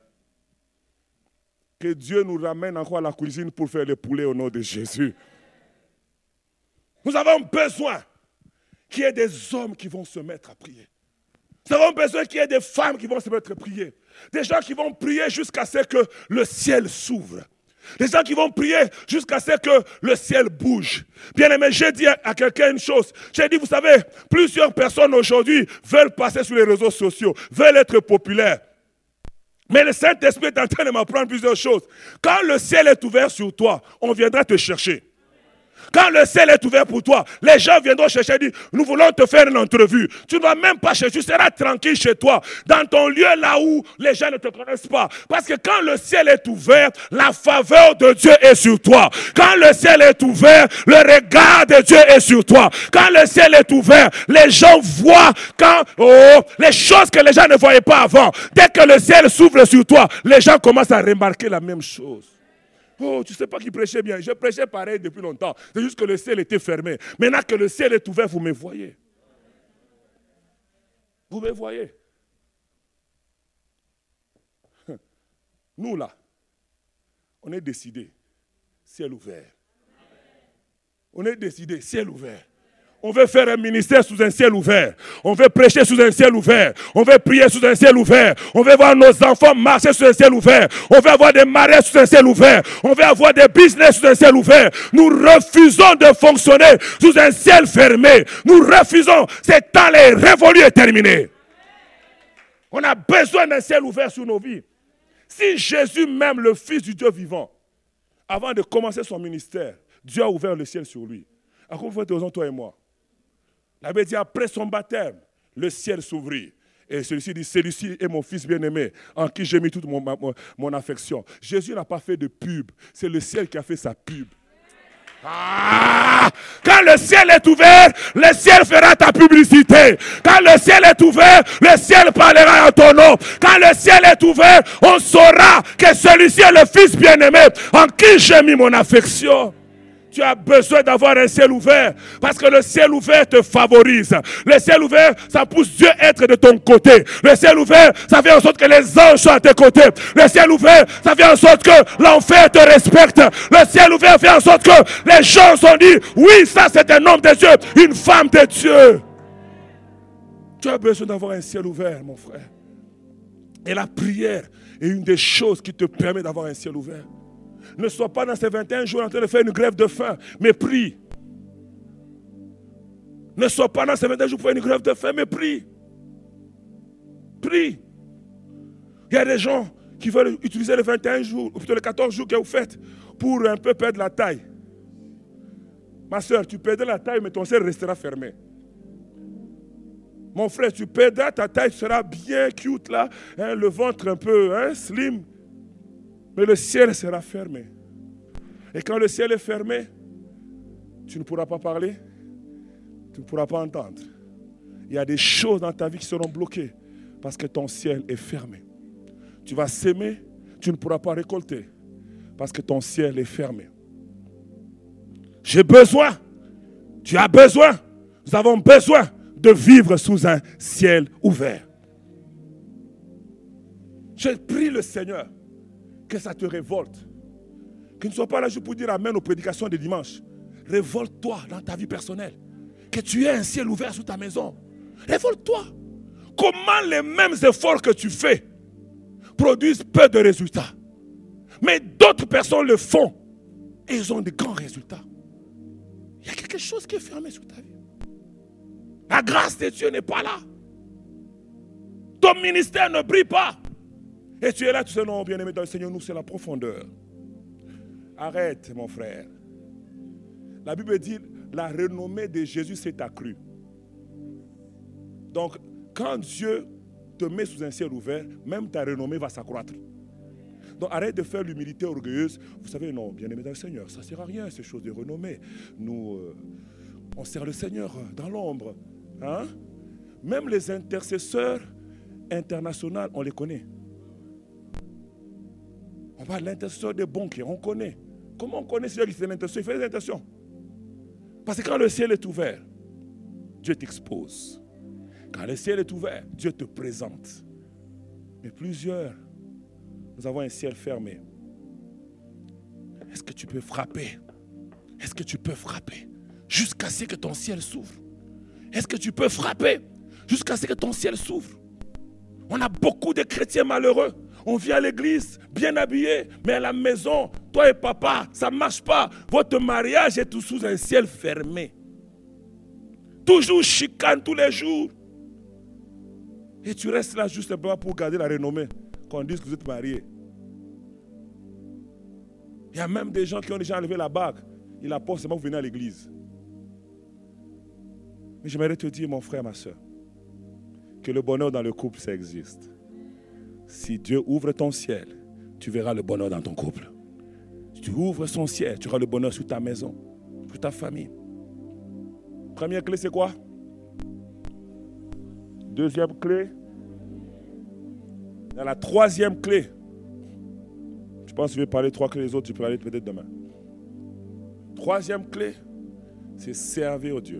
Que Dieu nous ramène encore à la cuisine pour faire le poulet au nom de Jésus. Nous avons besoin qu'il y ait des hommes qui vont se mettre à prier. Nous avons besoin qu'il y ait des femmes qui vont se mettre à prier. Des gens qui vont prier jusqu'à ce que le ciel s'ouvre. Des gens qui vont prier jusqu'à ce que le ciel bouge. Bien aimé, j'ai dit à quelqu'un une chose. J'ai dit, vous savez, plusieurs personnes aujourd'hui veulent passer sur les réseaux sociaux, veulent être populaires. Mais le Saint-Esprit est en train de m'apprendre plusieurs choses. Quand le ciel est ouvert sur toi, on viendra te chercher. Quand le ciel est ouvert pour toi, les gens viendront chercher et dire, nous voulons te faire une entrevue. Tu ne vas même pas chercher, tu seras tranquille chez toi, dans ton lieu là où les gens ne te connaissent pas. Parce que quand le ciel est ouvert, la faveur de Dieu est sur toi. Quand le ciel est ouvert, le regard de Dieu est sur toi. Quand le ciel est ouvert, les gens voient quand, oh, les choses que les gens ne voyaient pas avant. Dès que le ciel s'ouvre sur toi, les gens commencent à remarquer la même chose. Oh, tu ne sais pas qui prêchait bien. Je prêchais pareil depuis longtemps. C'est juste que le ciel était fermé. Maintenant que le ciel est ouvert, vous me voyez. Vous me voyez. Nous là, on est décidés. Ciel ouvert. On est décidés. Ciel ouvert. On veut faire un ministère sous un ciel ouvert. On veut prêcher sous un ciel ouvert. On veut prier sous un ciel ouvert. On veut voir nos enfants marcher sous un ciel ouvert. On veut avoir des mariages sous un ciel ouvert. On veut avoir des business sous un ciel ouvert. Nous refusons de fonctionner sous un ciel fermé. Nous refusons. C'est temps les révolu est terminé. On a besoin d'un ciel ouvert sur nos vies. Si Jésus, même le Fils du Dieu vivant, avant de commencer son ministère, Dieu a ouvert le ciel sur lui. À quoi vous faites raison, toi et moi? La Bible dit, après son baptême, le ciel s'ouvrit. Et celui-ci dit, celui-ci est mon fils bien-aimé, en qui j'ai mis toute mon, mon, mon affection. Jésus n'a pas fait de pub, c'est le ciel qui a fait sa pub. Ah! Quand le ciel est ouvert, le ciel fera ta publicité. Quand le ciel est ouvert, le ciel parlera en ton nom. Quand le ciel est ouvert, on saura que celui-ci est le fils bien-aimé, en qui j'ai mis mon affection. Tu as besoin d'avoir un ciel ouvert parce que le ciel ouvert te favorise. Le ciel ouvert, ça pousse Dieu à être de ton côté. Le ciel ouvert, ça fait en sorte que les anges soient à tes côtés. Le ciel ouvert, ça fait en sorte que l'enfer te respecte. Le ciel ouvert fait en sorte que les gens sont dit, oui, ça c'est un homme de Dieu, une femme de Dieu. Tu as besoin d'avoir un ciel ouvert, mon frère. Et la prière est une des choses qui te permet d'avoir un ciel ouvert. Ne sois pas dans ces vingt et un jours en train de faire une grève de faim, mais prie. Ne sois pas dans ces vingt et un jours pour faire une grève de faim, mais prie. Prie. Il y a des gens qui veulent utiliser les vingt et un jours, ou plutôt les quatorze jours que vous faites, pour un peu perdre la taille. Ma soeur, tu perdras la taille, mais ton ciel restera fermé. Mon frère, tu perdras ta taille, tu seras bien cute là, hein, le ventre un peu hein, slim. Mais le ciel sera fermé. Et quand le ciel est fermé, tu ne pourras pas parler, tu ne pourras pas entendre. Il y a des choses dans ta vie qui seront bloquées parce que ton ciel est fermé. Tu vas s'aimer, tu ne pourras pas récolter parce que ton ciel est fermé. J'ai besoin, tu as besoin, nous avons besoin de vivre sous un ciel ouvert. Je prie le Seigneur que ça te révolte. Que ne sois pas là juste pour dire amen aux prédications de dimanche. Révolte-toi dans ta vie personnelle. Que tu aies un ciel ouvert sous ta maison. Révolte-toi. Comment les mêmes efforts que tu fais produisent peu de résultats. Mais d'autres personnes le font et ils ont de grands résultats. Il y a quelque chose qui est fermé sous ta vie. La grâce de Dieu n'est pas là. Ton ministère ne brille pas. Et tu es là, tu sais, non, bien-aimé dans le Seigneur, nous, c'est la profondeur. Arrête, mon frère. La Bible dit, la renommée de Jésus s'est accrue. Donc, quand Dieu te met sous un ciel ouvert, même ta renommée va s'accroître. Donc, arrête de faire l'humilité orgueilleuse. Vous savez, non, bien-aimé dans le Seigneur, ça ne sert à rien, ces choses de renommée. Nous, euh, on sert le Seigneur dans l'ombre. Hein? Même les intercesseurs internationaux, on les connaît. On parle de l'intercesseur des banquiers, on connaît. Comment on connaît celui qui fait l'intercession? Il fait des intercessions. Parce que quand le ciel est ouvert, Dieu t'expose. Quand le ciel est ouvert, Dieu te présente. Mais plusieurs, nous avons un ciel fermé. Est-ce que tu peux frapper? Est-ce que tu peux frapper jusqu'à ce que ton ciel s'ouvre? Est-ce que tu peux frapper jusqu'à ce que ton ciel s'ouvre? On a beaucoup de chrétiens malheureux. On vient à l'église, bien habillé, mais à la maison, toi et papa, ça ne marche pas. Votre mariage est tout sous un ciel fermé. Toujours chicane tous les jours. Et tu restes là juste simplement pour garder la renommée, qu'on dise que vous êtes mariés. Il y a même des gens qui ont déjà enlevé la bague. Ils la posent seulement pour venir à l'église. Mais j'aimerais te dire, mon frère, ma soeur, que le bonheur dans le couple, ça existe. Si Dieu ouvre ton ciel, tu verras le bonheur dans ton couple. Si tu ouvres son ciel, tu auras le bonheur sur ta maison, sur ta famille. Première clé, c'est quoi? Deuxième clé. Dans la troisième clé, pense que je vais parler trois clés, les autres, je peux parler peut-être demain. Troisième clé, c'est servir Dieu.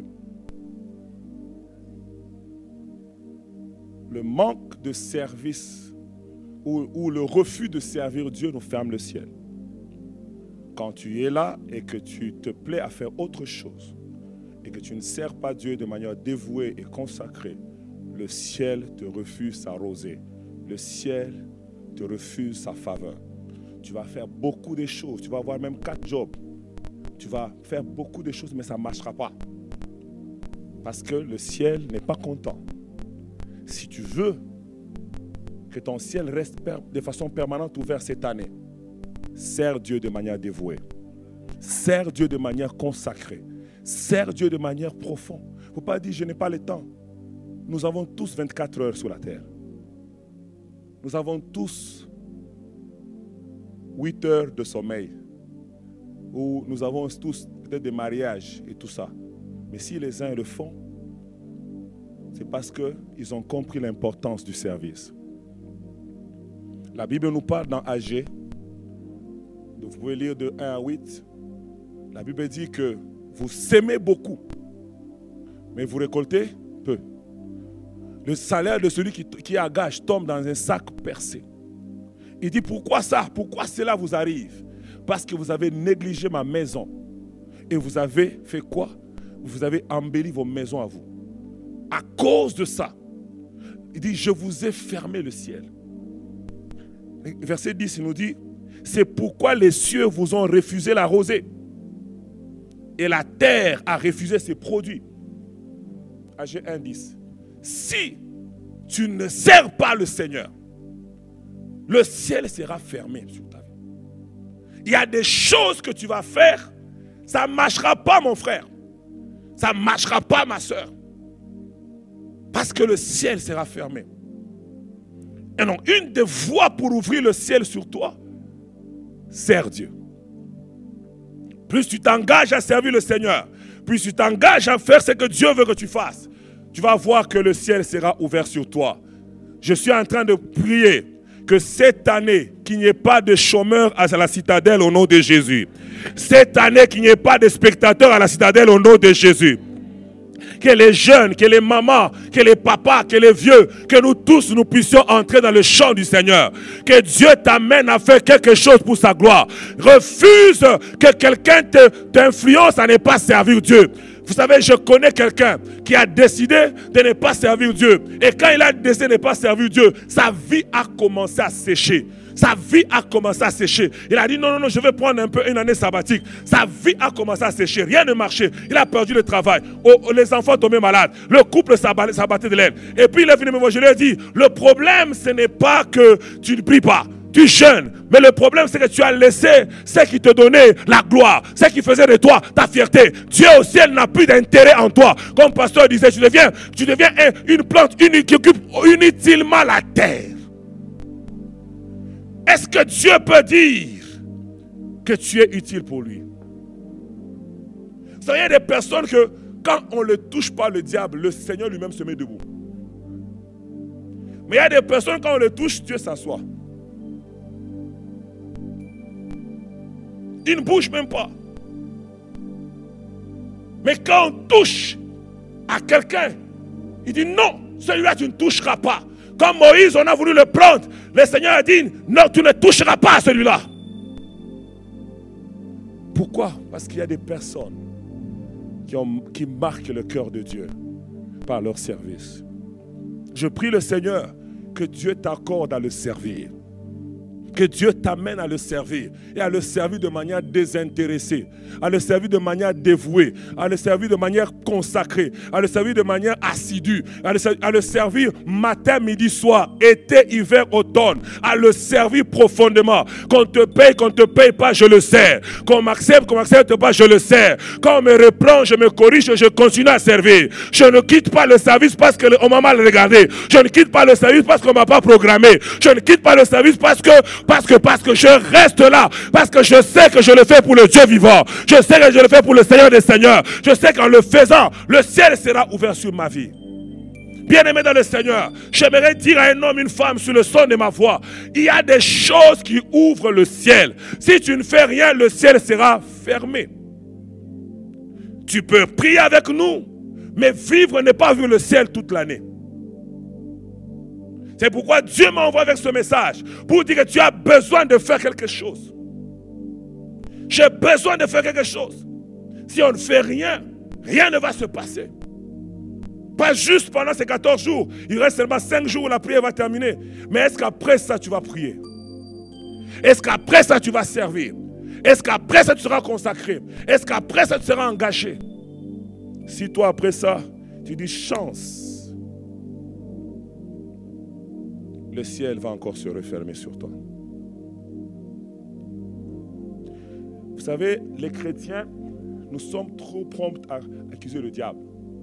Le manque de service ou, ou le refus de servir Dieu nous ferme le ciel. Quand tu es là et que tu te plais à faire autre chose et que tu ne sers pas Dieu de manière dévouée et consacrée, le ciel te refuse sa rosée. Le ciel te refuse sa faveur. Tu vas faire beaucoup de choses. Tu vas avoir même quatre jobs. Tu vas faire beaucoup de choses, mais ça ne marchera pas. Parce que le ciel n'est pas content. Si tu veux que ton ciel reste de façon permanente ouvert cette année, sers Dieu de manière dévouée. Sers Dieu de manière consacrée. Sers Dieu de manière profonde. Il ne faut pas dire je n'ai pas le temps. Nous avons tous vingt-quatre heures sur la terre. Nous avons tous huit heures de sommeil. Ou nous avons tous peut-être des mariages et tout ça. Mais si les uns le font, c'est parce qu'ils ont compris l'importance du service. La Bible nous parle dans A G. Vous pouvez lire de un à huit. La Bible dit que vous sémez beaucoup, mais vous récoltez peu. Le salaire de celui qui, qui a gage tombe dans un sac percé. Il dit pourquoi ça? Pourquoi cela vous arrive? Parce que vous avez négligé ma maison. Et vous avez fait quoi? Vous avez embelli vos maisons à vous. À cause de ça, il dit je vous ai fermé le ciel. Verset dix, il nous dit c'est pourquoi les cieux vous ont refusé la rosée et la terre a refusé ses produits. A G un dix. Si tu ne sers pas le Seigneur, le ciel sera fermé sur ta vie. Il y a des choses que tu vas faire, ça ne marchera pas mon frère. Ça ne marchera pas ma soeur. Parce que le ciel sera fermé. Et non, une des voies pour ouvrir le ciel sur toi, sers Dieu. Plus tu t'engages à servir le Seigneur, plus tu t'engages à faire ce que Dieu veut que tu fasses, tu vas voir que le ciel sera ouvert sur toi. Je suis en train de prier que cette année, qu'il n'y ait pas de chômeurs à la citadelle au nom de Jésus. Cette année, qu'il n'y ait pas de spectateurs à la citadelle au nom de Jésus. Que les jeunes, que les mamans, que les papas, que les vieux, que nous tous nous puissions entrer dans le champ du Seigneur. Que Dieu t'amène à faire quelque chose pour sa gloire. Refuse que quelqu'un t'influence à ne pas servir Dieu. Vous savez, je connais quelqu'un qui a décidé de ne pas servir Dieu. Et quand il a décidé de ne pas servir Dieu, sa vie a commencé à sécher. Sa vie a commencé à sécher. Il a dit non, non, non, je vais prendre un peu une année sabbatique. Sa vie a commencé à sécher. Rien ne marchait. Il a perdu le travail. Oh, les enfants tombaient malades. Le couple s'abattait de l'aile. Et puis il est venu me voir. Je lui ai dit, le problème, ce n'est pas que tu ne pries pas. Tu jeûnes. Mais le problème, c'est que tu as laissé ce qui te donnait la gloire. Ce qui faisait de toi ta fierté. Dieu au ciel n'a plus d'intérêt en toi. Comme le pasteur disait, tu deviens, tu deviens une plante unique qui occupe inutilement la terre. Est-ce que Dieu peut dire que tu es utile pour lui? Vous savez, il y a des personnes que quand on ne le touche pas, le diable, le Seigneur lui-même se met debout. Mais il y a des personnes, quand on le touche, Dieu s'assoit. Il ne bouge même pas. Mais quand on touche à quelqu'un, il dit non, celui-là tu ne toucheras pas. Comme Moïse, on a voulu le prendre. Le Seigneur a dit, non, tu ne toucheras pas à celui-là. Pourquoi? Parce qu'il y a des personnes qui, ont, qui marquent le cœur de Dieu par leur service. Je prie le Seigneur que Dieu t'accorde à le servir. Que Dieu t'amène à le servir et à le servir de manière désintéressée, à le servir de manière dévouée, à le servir de manière consacrée, à le servir de manière assidue, à le, à le servir matin, midi, soir, été, hiver, automne, à le servir profondément. Qu'on te paye, qu'on ne te paye pas, je le sers. Qu'on m'accepte, qu'on ne m'accepte pas, je le sers. Quand on me reprend, je me corrige, je continue à servir. Je ne quitte pas le service parce qu'on m'a mal regardé. Je ne quitte pas le service parce qu'on ne m'a pas programmé. Je ne quitte pas le service parce que Parce que, parce que je reste là. Parce que je sais que je le fais pour le Dieu vivant. Je sais que je le fais pour le Seigneur des Seigneurs. Je sais qu'en le faisant, le ciel sera ouvert sur ma vie. Bien-aimé dans le Seigneur, j'aimerais dire à un homme, une femme, sur le son de ma voix, il y a des choses qui ouvrent le ciel. Si tu ne fais rien, le ciel sera fermé. Tu peux prier avec nous, mais vivre n'est pas vivre le ciel toute l'année. C'est pourquoi Dieu m'envoie avec ce message, pour dire que tu as besoin de faire quelque chose. J'ai besoin de faire quelque chose. Si on ne fait rien, rien ne va se passer. Pas juste pendant ces quatorze jours. Il reste seulement cinq jours où la prière va terminer. Mais est-ce qu'après ça, tu vas prier? Est-ce qu'après ça, tu vas servir? Est-ce qu'après ça, tu seras consacré? Est-ce qu'après ça, tu seras engagé? Si toi, après ça, tu dis chance, le ciel va encore se refermer sur toi. Vous savez, les chrétiens, nous sommes trop prompts à accuser le diable.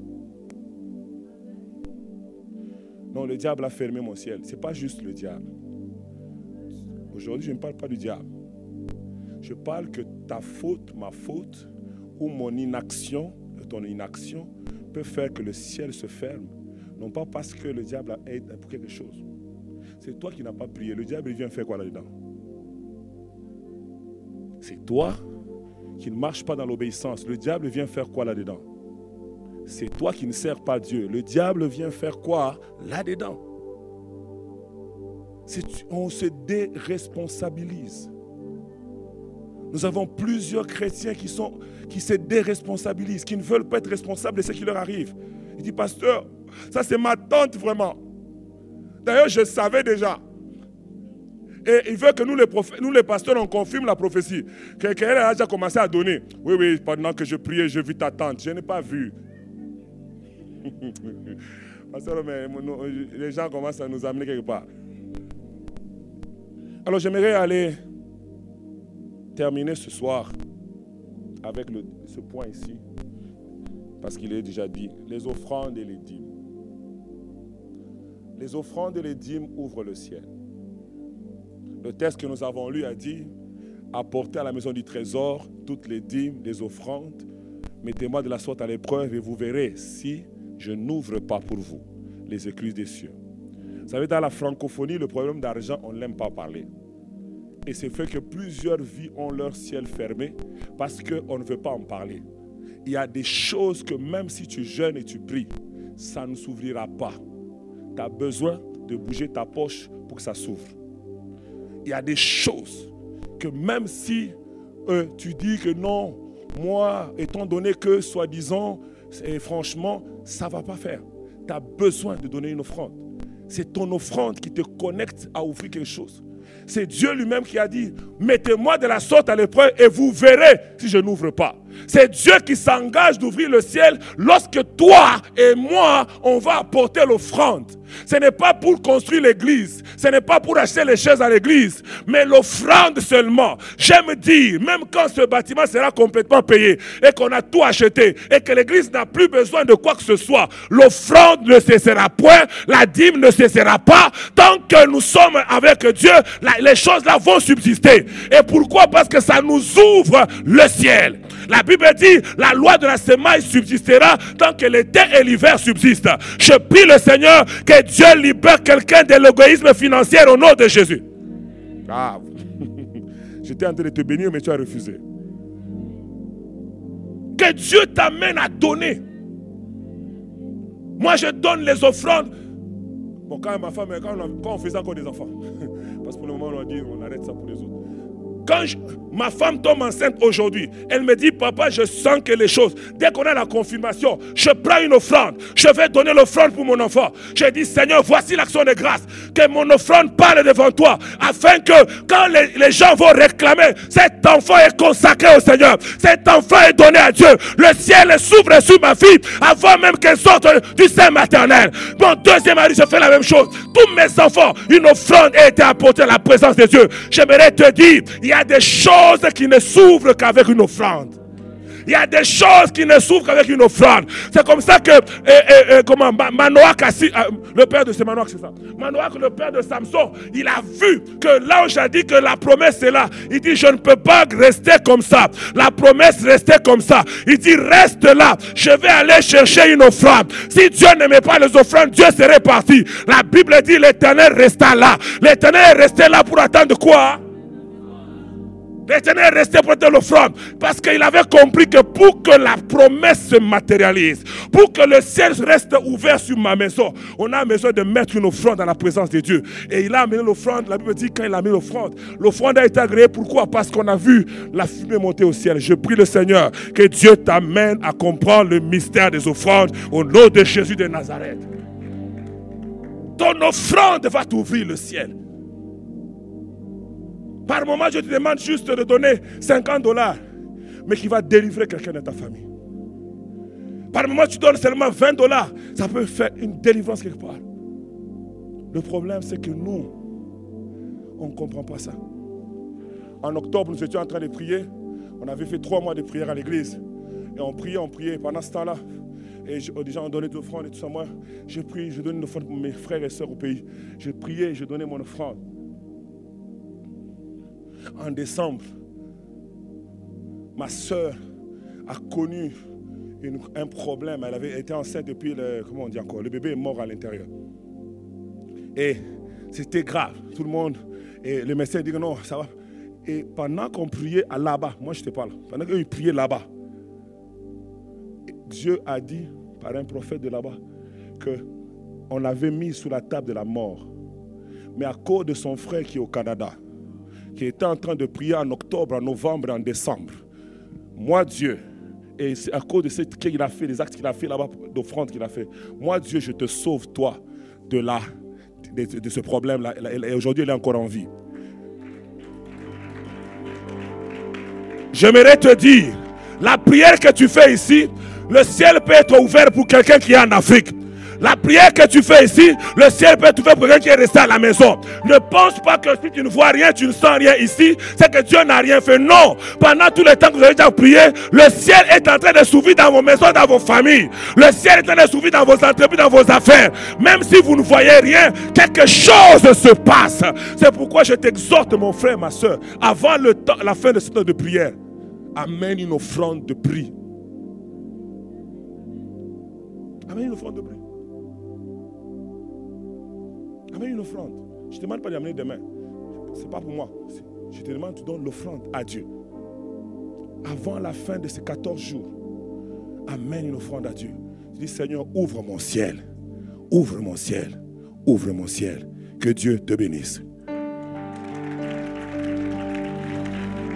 Non, le diable a fermé mon ciel. Ce n'est pas juste le diable. Aujourd'hui, je ne parle pas du diable. Je parle que ta faute, ma faute, ou mon inaction, ton inaction, peut faire que le ciel se ferme. Non pas parce que le diable aide pour quelque chose. C'est toi qui n'as pas prié. Le diable, il vient faire quoi là-dedans? C'est toi qui ne marches pas dans l'obéissance. Le diable vient faire quoi là-dedans? C'est toi qui ne sers pas Dieu. Le diable vient faire quoi là-dedans? On se déresponsabilise. Nous avons plusieurs chrétiens qui, sont, qui se déresponsabilisent, qui ne veulent pas être responsables de ce qui leur arrive. Il dit, pasteur, ça c'est ma tante vraiment. D'ailleurs, je savais déjà. Et il veut que nous les, nous, les pasteurs, on confirme la prophétie. Quelqu'un a déjà commencé à donner. Oui, oui, pendant que je priais, je vis ta tante. Je n'ai pas vu. Pasteur, mais les gens commencent à nous amener quelque part. Alors, j'aimerais aller terminer ce soir avec le, ce point ici. Parce qu'il est déjà dit, les offrandes et les dîmes. Les offrandes et les dîmes ouvrent le ciel. Le texte que nous avons lu a dit, apportez à la maison du trésor toutes les dîmes, les offrandes, mettez-moi de la sorte à l'épreuve et vous verrez si je n'ouvre pas pour vous les écluses des cieux. Vous savez, dans la francophonie, le problème d'argent, on ne l'aime pas parler. Et c'est fait que plusieurs vies ont leur ciel fermé parce qu'on ne veut pas en parler. Il y a des choses que même si tu jeûnes et tu pries, ça ne s'ouvrira pas. Tu as besoin de bouger ta poche pour que ça s'ouvre. Il y a des choses que même si euh, tu dis que non, moi, étant donné que, soi-disant, et franchement, ça ne va pas faire. Tu as besoin de donner une offrande. C'est ton offrande qui te connecte à ouvrir quelque chose. C'est Dieu lui-même qui a dit, mettez-moi de la sorte à l'épreuve et vous verrez si je n'ouvre pas. C'est Dieu qui s'engage d'ouvrir le ciel lorsque toi et moi, on va apporter l'offrande. Ce n'est pas pour construire l'église, ce n'est pas pour acheter les chaises à l'église, mais l'offrande seulement. J'aime dire, même quand ce bâtiment sera complètement payé et qu'on a tout acheté et que l'église n'a plus besoin de quoi que ce soit, l'offrande ne cessera point, la dîme ne cessera pas. Tant que nous sommes avec Dieu, les choses là vont subsister. Et pourquoi? Parce que ça nous ouvre le ciel. La Bible dit, la loi de la semaille subsistera tant que l'été et l'hiver subsistent. Je prie le Seigneur que Dieu libère quelqu'un de l'égoïsme financier au nom de Jésus. Ah, j'étais en train de te bénir, mais tu as refusé. Que Dieu t'amène à donner. Moi, je donne les offrandes. Bon, quand ma femme, quand on, quand on faisait encore des enfants, parce que pour le moment, on a dit, on arrête ça pour les autres. Quand je, ma femme tombe enceinte aujourd'hui, elle me dit, papa, je sens que les choses, dès qu'on a la confirmation, je prends une offrande, je vais donner l'offrande pour mon enfant. Je dis, Seigneur, voici l'action de grâce, que mon offrande parle devant toi, afin que quand les, les gens vont réclamer, cet enfant est consacré au Seigneur, cet enfant est donné à Dieu, le ciel s'ouvre sur ma fille, avant même qu'elle sorte du sein maternel. Mon deuxième mari, je fais la même chose. Tous mes enfants, une offrande a été apportée à la présence de Dieu. J'aimerais te dire, il y a des choses qui ne s'ouvrent qu'avec une offrande. Il y a des choses qui ne s'ouvrent qu'avec une offrande. C'est comme ça que euh, euh, euh, comment, Manoach, euh, le père de Manoach, c'est ça. Manoach, le père de Samson, il a vu que là où j'ai dit que la promesse est là, il dit je ne peux pas rester comme ça. La promesse restait comme ça. Il dit reste là, je vais aller chercher une offrande. Si Dieu n'aimait pas les offrandes, Dieu serait parti. La Bible dit l'Éternel resta là. L'Éternel est resté là pour attendre quoi? L'Éternel est resté pour attendre l'offrande. Parce qu'il avait compris que pour que la promesse se matérialise, pour que le ciel reste ouvert sur ma maison, on a besoin de mettre une offrande dans la présence de Dieu. Et il a amené l'offrande. La Bible dit quand il a mis l'offrande, l'offrande a été agréée. Pourquoi? Parce qu'on a vu la fumée monter au ciel. Je prie le Seigneur que Dieu t'amène à comprendre le mystère des offrandes au nom de Jésus de Nazareth. Ton offrande va t'ouvrir le ciel. Par moment, je te demande juste de donner cinquante dollars, mais qui va délivrer quelqu'un de ta famille. Par moment, tu donnes seulement vingt dollars, ça peut faire une délivrance quelque part. Le problème, c'est que nous, on ne comprend pas ça. En octobre, nous étions en train de prier. On avait fait trois mois de prière à l'église. Et on priait, on priait. Pendant ce temps-là, et je, déjà on donnait des offrandes et tout ça. Moi, je prie, je donne une offrande pour mes frères et sœurs au pays. Je priais, je donnais mon offrande. En décembre, ma soeur a connu une, un problème. Elle avait été enceinte depuis le, comment on dit encore, le bébé est mort à l'intérieur. Et c'était grave. Tout le monde, et le médecin dit que non, ça va. Et pendant qu'on priait à là-bas, moi je te parle, pendant qu'ils priaient là-bas, Dieu a dit par un prophète de là-bas qu'on l'avait mis sous la table de la mort. Mais à cause de son frère qui est au Canada, qui était en train de prier en octobre, en novembre, en décembre. Moi, Dieu, et c'est à cause de ce qu'il a fait, les actes qu'il a fait là-bas, d'offrande qu'il a fait, moi, Dieu, je te sauve, toi, de là, de, de, de ce problème-là. Et aujourd'hui, elle est encore en vie. J'aimerais te dire, la prière que tu fais ici, le ciel peut être ouvert pour quelqu'un qui est en Afrique. La prière que tu fais ici, le ciel peut être ouvert pour quelqu'un qui est resté à la maison. Ne pense pas que si tu ne vois rien, tu ne sens rien ici, c'est que Dieu n'a rien fait. Non, pendant tout le temps que vous avez déjà prié, le ciel est en train de s'ouvrir dans vos maisons, dans vos familles. Le ciel est en train de s'ouvrir dans vos entreprises, dans vos affaires. Même si vous ne voyez rien, quelque chose se passe. C'est pourquoi je t'exhorte, mon frère, ma soeur, avant le temps, la fin de ce temps de prière, amène une offrande de prix. Amène une offrande de prix. Amène une offrande. Je ne te demande pas d'amener demain. Ce n'est pas pour moi. Je te demande, tu donnes l'offrande à Dieu. Avant la fin de ces quatorze jours, amène une offrande à Dieu. Je dis, Seigneur, ouvre mon ciel. Ouvre mon ciel. Ouvre mon ciel. Que Dieu te bénisse.